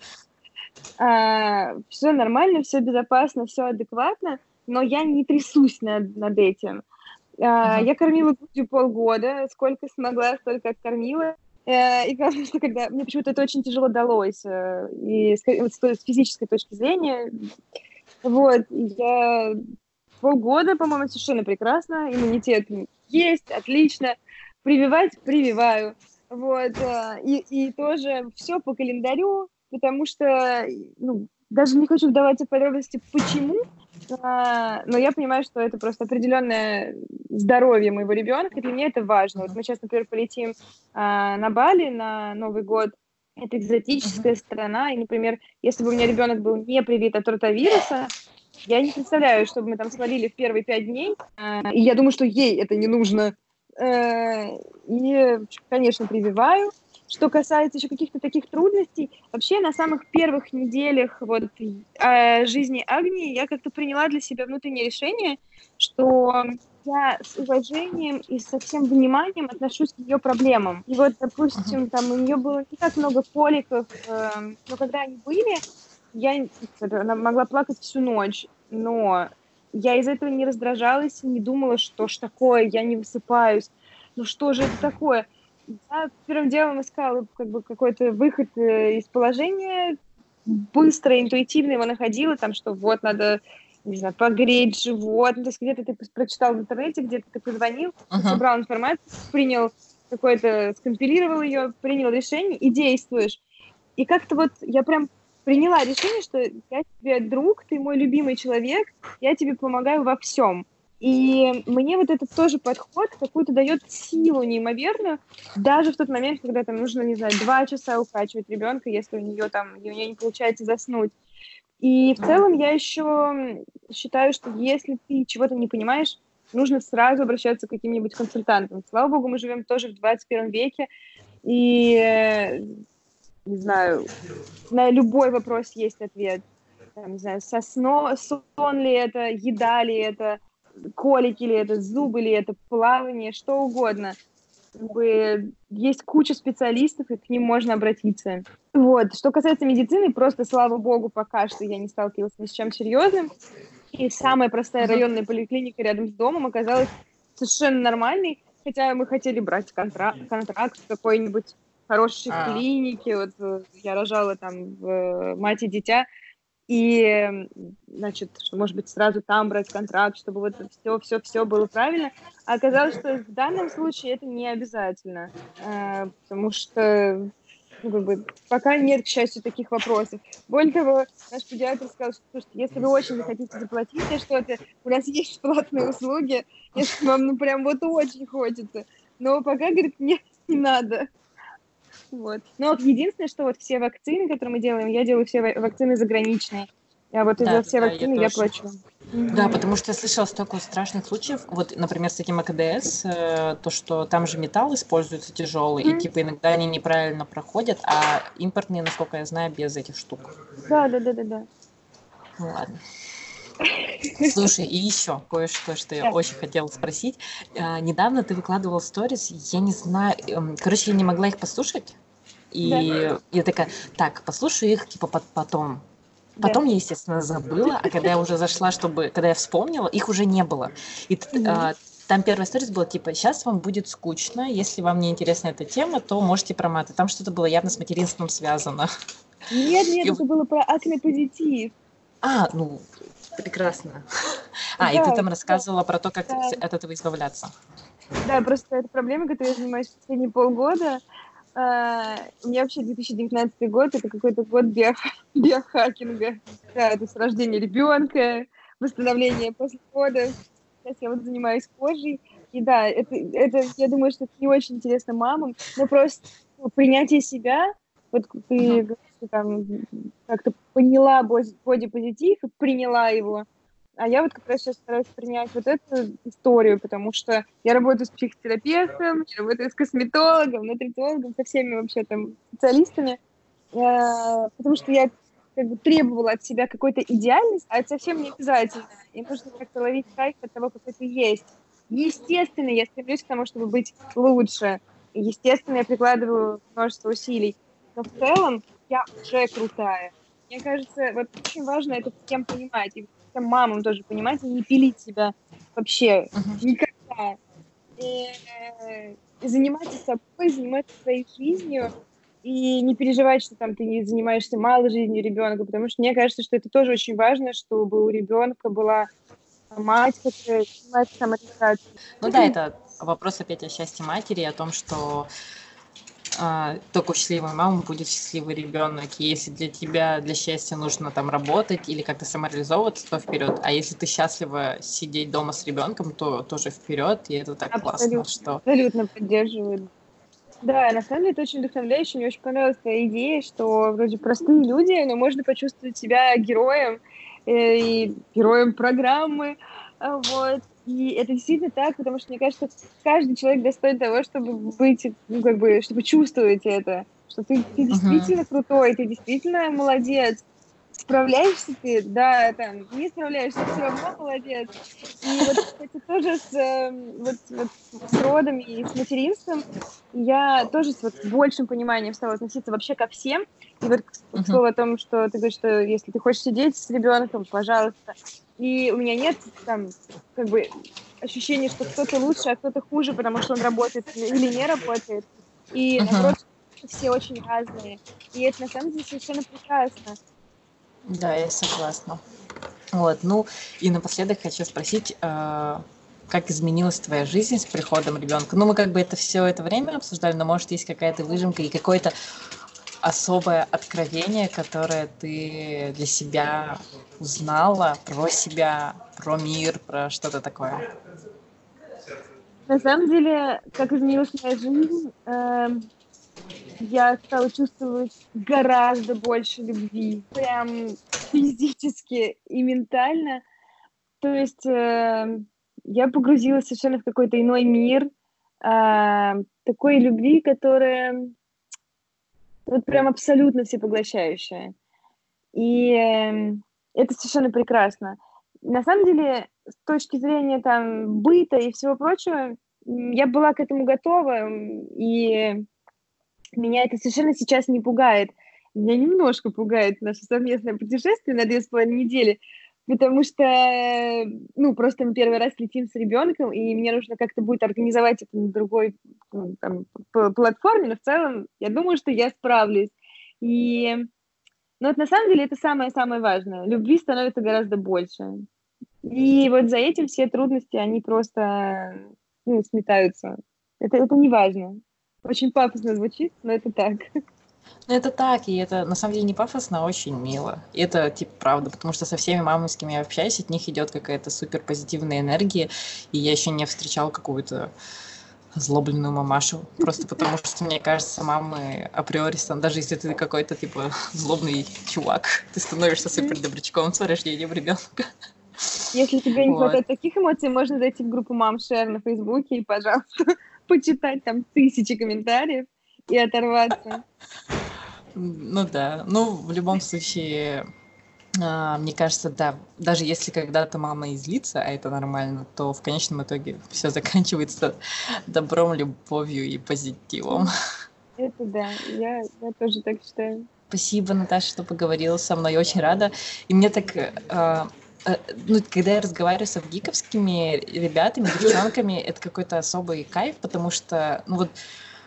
Все нормально, все безопасно, все адекватно, но я не трясусь над этим. Мгм. Я кормила грудью полгода, сколько смогла, столько кормила. И главное, что когда мне почему-то это очень тяжело далось, и с физической точки зрения, вот, я полгода, по-моему, совершенно прекрасно, иммунитет есть, отлично, прививать прививаю, вот, и тоже все по календарю, потому что, ну, даже не хочу вдаваться в подробности, почему, но я понимаю, что это просто определенное здоровье моего ребенка, и для меня это важно. Вот Мгм. мы сейчас, например, полетим на Бали на Новый год, это Мгм. экзотическая страна, и, например, если бы у меня ребенок был не привит от ротавируса, я не представляю, что бы мы там словили в первые 5 дней, и я думаю, что ей это не нужно. И, конечно, прививаю. Что касается еще каких-то таких трудностей, вообще на самых первых неделях вот, жизни Агнии я как-то приняла для себя внутреннее решение, что я с уважением и со всем вниманием отношусь к ее проблемам. И вот, Мгм. допустим, там у нее было не так много коликов, но когда они были, она могла плакать всю ночь, но я из-за этого не раздражалась, не думала, что ж такое, я не высыпаюсь, ну что же это такое? Я первым делом искала как бы какой-то выход из положения, быстро, интуитивно его находила, там, что вот надо, не знаю, погреть живот, ну, то есть где-то ты прочитал в интернете, где-то ты позвонил, Мгм. собрал информацию, принял какой-то, скомпилировал ее, принял решение и действуешь. И как-то вот я прям приняла решение, что я тебе друг, ты мой любимый человек, я тебе помогаю во всем. И мне вот этот тоже подход какую-то дает силу неимоверную, даже в тот момент, когда там нужно, не знаю, 2 часа укачивать ребенка, если у нее не получается заснуть. И в Мгм. целом я еще считаю, что если ты чего-то не понимаешь, нужно сразу обращаться к каким-нибудь консультантам. Слава богу, мы живем тоже в 21 веке, и не знаю, на любой вопрос есть ответ. Там, не знаю, сон ли это, еда ли это, колики ли это, зубы ли это, плавание, что угодно. Как бы есть куча специалистов, и к ним можно обратиться. Вот. Что касается медицины, просто, слава богу, пока что я не сталкивалась ни с чем серьезным. И самая простая Мгм. районная поликлиника рядом с домом оказалась совершенно нормальной, хотя мы хотели брать контракт в какой-нибудь хорошей А, клинике. Вот я рожала там в «Мать и дитя», и, значит, что, может быть, сразу там брать контракт, чтобы вот все было правильно. А оказалось, что в данном случае это не обязательно, потому что, ну, как бы, пока нет, к счастью, таких вопросов. Более того, наш педиатр сказал, что, слушайте, если вы очень захотите заплатить за что-то, у нас есть платные услуги, если вам, ну, прям вот очень хочется. Но пока, говорит, нет, не надо. Вот. Но вот единственное, что вот все вакцины, которые мы делаем, я делаю все вакцины заграничные. А вот да, за да, все да, я вакцины я тоже. плачу. Да, Мгм. потому что я слышала столько страшных случаев. Вот, например, с этим АКДС, то, что там же металл используется тяжелый, и Мгм. типа иногда они неправильно проходят, а импортные, насколько я знаю, без этих штук. Да, да, да, да, да. Ну ладно. Слушай, и еще кое-что, что я Да, очень хотела спросить. Недавно ты выкладывал сторис, я не знаю, короче, я не могла их послушать. да, И я такая, так, послушаю их, типа, потом. да. Потом я, естественно, забыла, а когда я уже зашла, когда я вспомнила, их уже не было. И Мгм. там первая сторис была, типа, сейчас вам будет скучно, если вам не интересна эта тема, то можете проматывать. Там что-то было явно с материнством связано. Нет, нет, И это было про акне-позитив. ну, прекрасно. И ты Да, там рассказывала про то, как да, от этого избавляться. да, просто это проблема, которой я занимаюсь последние полгода. У меня вообще 2019 год, это какой-то год биохакинга. Да, это с рождения ребенка, восстановление после родов. Сейчас я вот занимаюсь кожей. И да, я думаю, что это не очень интересно мамам, но просто принятие себя, вот Мгм. ты говоришь, что там как-то поняла бодипозитив и приняла его. А я вот как раз сейчас стараюсь принять вот эту историю, потому что я работаю с психотерапевтом, я работаю с косметологом, нутрициологом, со всеми вообще там специалистами, потому что я как бы требовала от себя какой-то идеальности, а это совсем не обязательно. И нужно как-то ловить кайф от того, какой ты есть. Естественно, я стремлюсь к тому, чтобы быть лучше. И, естественно, я прикладываю множество усилий. Но в целом я уже крутая. Мне кажется, вот очень важно это всем понимать. И всем мамам тоже понимать и не пилить себя вообще никогда. И заниматься собой, заниматься своей жизнью, и не переживать, что там ты не занимаешься мало жизнью ребенка, потому что мне кажется, что это тоже очень важно, чтобы у ребенка была мать, которая занимается самореализацией. Ну да, это вопрос опять о счастье матери, о том, что только у счастливой мамы будет счастливый ребенок. И если для тебя, для счастья нужно там работать или как-то самореализовываться, то вперед. А если ты счастлива сидеть дома с ребенком, то тоже вперед. И это так классно, что... Абсолютно поддерживаю. Да, на самом деле это очень вдохновляюще. Мне очень понравилась твоя идея, что вроде простые люди, но можно почувствовать себя героем и героем программы. Вот. И это действительно так, потому что мне кажется, каждый человек достоин того, чтобы быть, ну, как бы, чтобы чувствовать это, что ты действительно крутой, ты действительно молодец. Справляешься ты, да, там, не справляешься, все равно молодец. И вот, кстати, тоже с родами и с материнством я тоже с вот большим пониманием стала относиться вообще ко всем. И вот слово о том, что ты говоришь, что если ты хочешь сидеть с ребенком, пожалуйста. И у меня нет там как бы ощущения, что кто-то лучше, а кто-то хуже, потому что он работает или не работает. И наоборот, все очень разные. И это на самом деле совершенно прекрасно. Да, я согласна. Вот, ну и напоследок хочу спросить, как изменилась твоя жизнь с приходом ребенка? Ну, мы как бы это все это время обсуждали, но может есть какая-то выжимка и какое-то особое откровение, которое ты для себя узнала про себя, про мир, про что-то такое? На самом деле, как изменилась моя жизнь, я стала чувствовать гораздо больше любви, прям физически и ментально. То есть я погрузилась совершенно в какой-то иной мир, такой любви, которая вот прям абсолютно всепоглощающая. И это совершенно прекрасно. На самом деле, с точки зрения там быта и всего прочего, я была к этому готова, и меня это совершенно сейчас не пугает. Меня немножко пугает наше совместное путешествие на 2,5 недели, потому что, ну, просто мы первый раз летим с ребенком, и мне нужно как-то будет организовать это на другой там, платформе, но в целом я думаю, что я справлюсь. И, ну, вот на самом деле это самое-самое важное. Любви становится гораздо больше. И вот за этим все трудности, они просто, ну, сметаются. Это не важно. Очень пафосно звучит, но это так. Ну, это так, и это на самом деле не пафосно, а очень мило. И это, типа, правда, потому что со всеми мамами, с кем я общаюсь, от них идет какая-то супер позитивная энергия, и я еще не встречал какую-то озлобленную мамашу, просто потому что, мне кажется, мамы априори, даже если ты какой-то, типа, злобный чувак, ты становишься супер добрячком с рождением ребенка. Если тебе не хватает таких эмоций, можно зайти в группу Мам Шер на Фейсбуке и, пожалуйста, почитать там 1000 комментариев и оторваться. Ну да, ну в любом случае, мне кажется, да, даже если когда-то мама и злится, а это нормально, то в конечном итоге все заканчивается добром, любовью и позитивом. Это да, я тоже так считаю. Спасибо, Наташа, что поговорила со мной, очень рада. И мне так, ну, когда я разговариваю с авгиковскими ребятами, девчонками, это какой-то особый кайф, потому что, ну вот,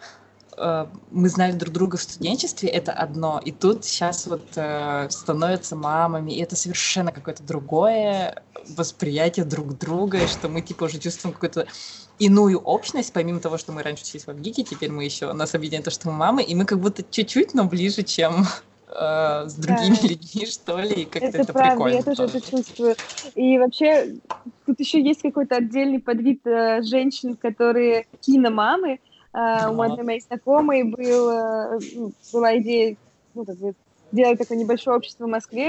мы знали друг друга в студенчестве, это одно, и тут сейчас вот становятся мамами, и это совершенно какое-то другое восприятие друг друга, и что мы типа уже чувствуем какую-то иную общность, помимо того, что мы раньше учились в Авгике, теперь мы еще, нас объединяет то, что мы мамы, и мы как будто чуть-чуть, но ближе, чем с другими людьми, что ли, и как-то это правда, прикольно. Я тоже это чувствую. И вообще, тут еще есть какой-то отдельный подвид женщин, которые киномамы. У одной моей знакомой была идея, ну, как бы, сделать такое небольшое общество в Москве,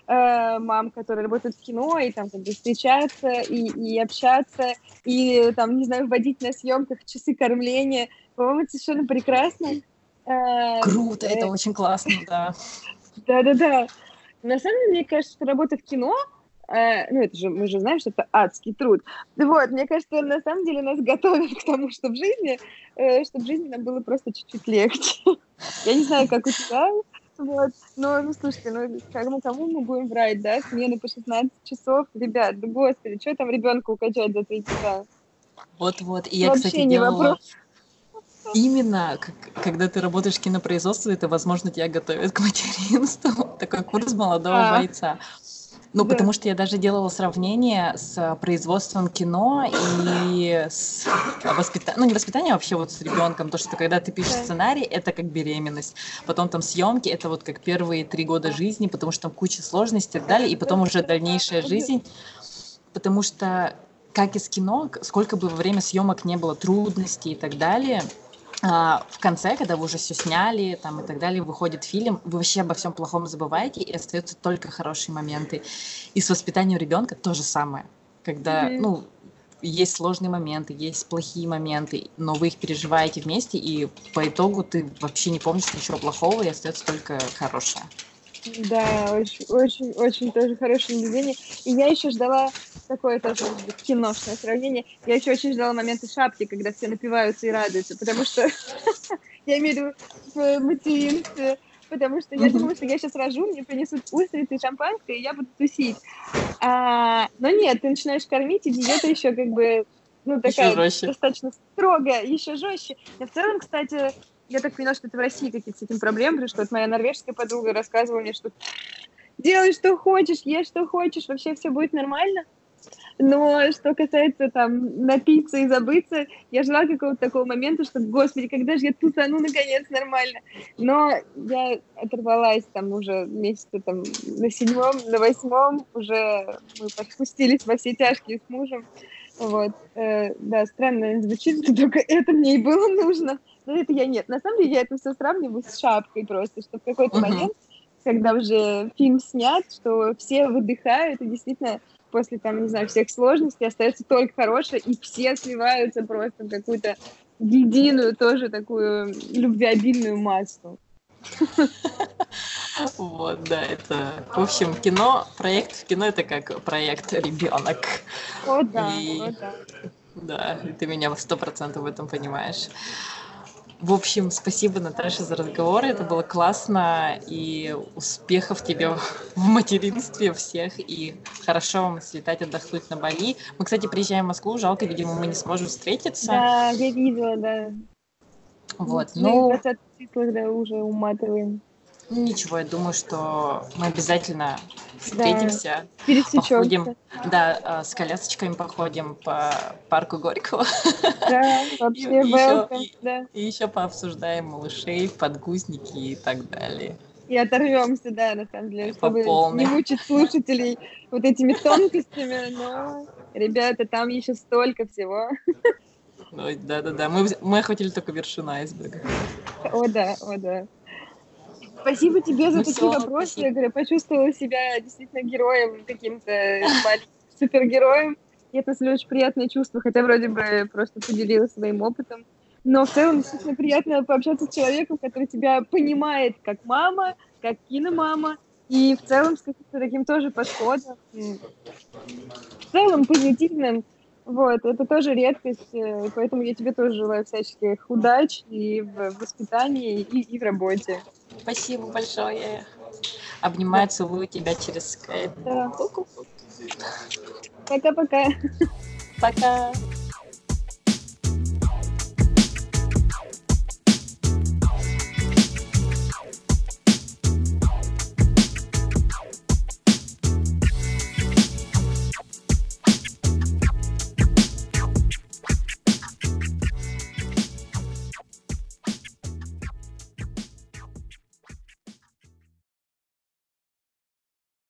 мам, которые работают в кино, и там как бы встречаться, и общаться, и там, не знаю, вводить на съемках часы кормления. По-моему, это совершенно прекрасно. Круто, это очень классно, да. Да-да-да. На самом деле, мне кажется, что работа в кино, ну, это же, мы же знаем, что это адский труд. Вот, мне кажется, на самом деле нас готовят к тому, что в жизни нам было просто чуть-чуть легче. Я не знаю, как у тебя, вот, но, ну, слушайте, ну, кому мы будем брать, да, смены по 16 часов, ребят, да господи, что там ребенка укачать за 3 часа? Вот. И я, Вообще кстати, не делала... вопрос. Именно, когда ты работаешь в кинопроизводстве, это, возможно, тебя готовят к материнству. Такой курс молодого бойца. Ну, Да. потому что я даже делала сравнение с производством кино и с воспитанием, ну, не воспитанием, а вообще вот с ребенком. То, что когда ты пишешь сценарий, это как беременность. Потом там съемки, это вот как первые 3 года жизни, потому что там куча сложностей и так далее. И потом уже дальнейшая жизнь. Потому что, как и с кино, сколько бы во время съемок не было трудностей и так далее, в конце, когда вы уже все сняли там, и так далее, выходит фильм, вы вообще обо всем плохом забываете, и остаются только хорошие моменты. И с воспитанием ребенка то же самое. Когда, ну, есть сложные моменты, есть плохие моменты, но вы их переживаете вместе, и по итогу ты вообще не помнишь ничего плохого, и остается только хорошее. Да, очень тоже хорошее наблюдение. И я еще ждала такое тоже киношное сравнение. Я еще очень ждала момента шапки, когда все напиваются и радуются, потому что я имею в виду в материнстве, потому что я думала, что я сейчас рожу, мне принесут устрицы и шампанское, и я буду тусить. Но нет, ты начинаешь кормить, и диета еще как бы, ну, такая достаточно строгая, еще жестче. Но в целом, кстати, я так поняла, что это в России какие-то с этим проблемы, потому что вот моя норвежская подруга рассказывала мне, что делай, что хочешь, ешь, что хочешь, вообще все будет нормально. Но что касается там напиться и забыться, я ждала какого-то такого момента, что, господи, когда же я тусану наконец нормально. Но я оторвалась там уже месяца там на 7-м, на 8-м, уже мы спустились во все тяжкие с мужем. Вот. Да, странно звучит, только это мне и было нужно. Но это я нет. На самом деле я это все сравниваю с шапкой просто, что в какой-то момент, когда уже фильм снят, что все выдыхают, и действительно после, там, не знаю, всех сложностей остается только хорошее, и все сливаются просто в какую-то единую, тоже такую любвеобильную массу. Вот, да, это... В общем, проект в кино — это как проект «Ребенок». О, да, о, да. Да, ты меня 100% в этом понимаешь. В общем, спасибо, Наташа, за разговор. Это было классно. И успехов тебе в материнстве всех. И хорошо вам слетать, отдохнуть на Бали. Мы, кстати, приезжаем в Москву. Жалко, видимо, мы не сможем встретиться. Да, я видела, да. Вот, ну... В 20 числах, да, уже уматываем. Ничего, я думаю, что мы обязательно встретимся, походим, да, с колясочками походим по парку Горького. Да, вообще welcome, и еще пообсуждаем малышей, подгузники и так далее. И оторвемся, да, на самом деле, чтобы не мучить слушателей вот этими тонкостями, но, ребята, там еще столько всего. Да, мы охватили только вершину айсберга. О, да. Спасибо тебе за такие вопросы. Спасибо. Я говорю, почувствовала себя действительно героем, каким-то супергероем. И это очень приятное чувство, хотя вроде бы просто поделилась своим опытом. Но в целом действительно приятно пообщаться с человеком, который тебя понимает как мама, как киномама, и в целом с каким-то таким тоже подходом. В целом позитивным. Вот, это тоже редкость, поэтому я тебе тоже желаю всяческих удач и в воспитании, и в работе. Спасибо большое. Обнимаю, целую тебя через скайп. Да. Пока-пока. Пока.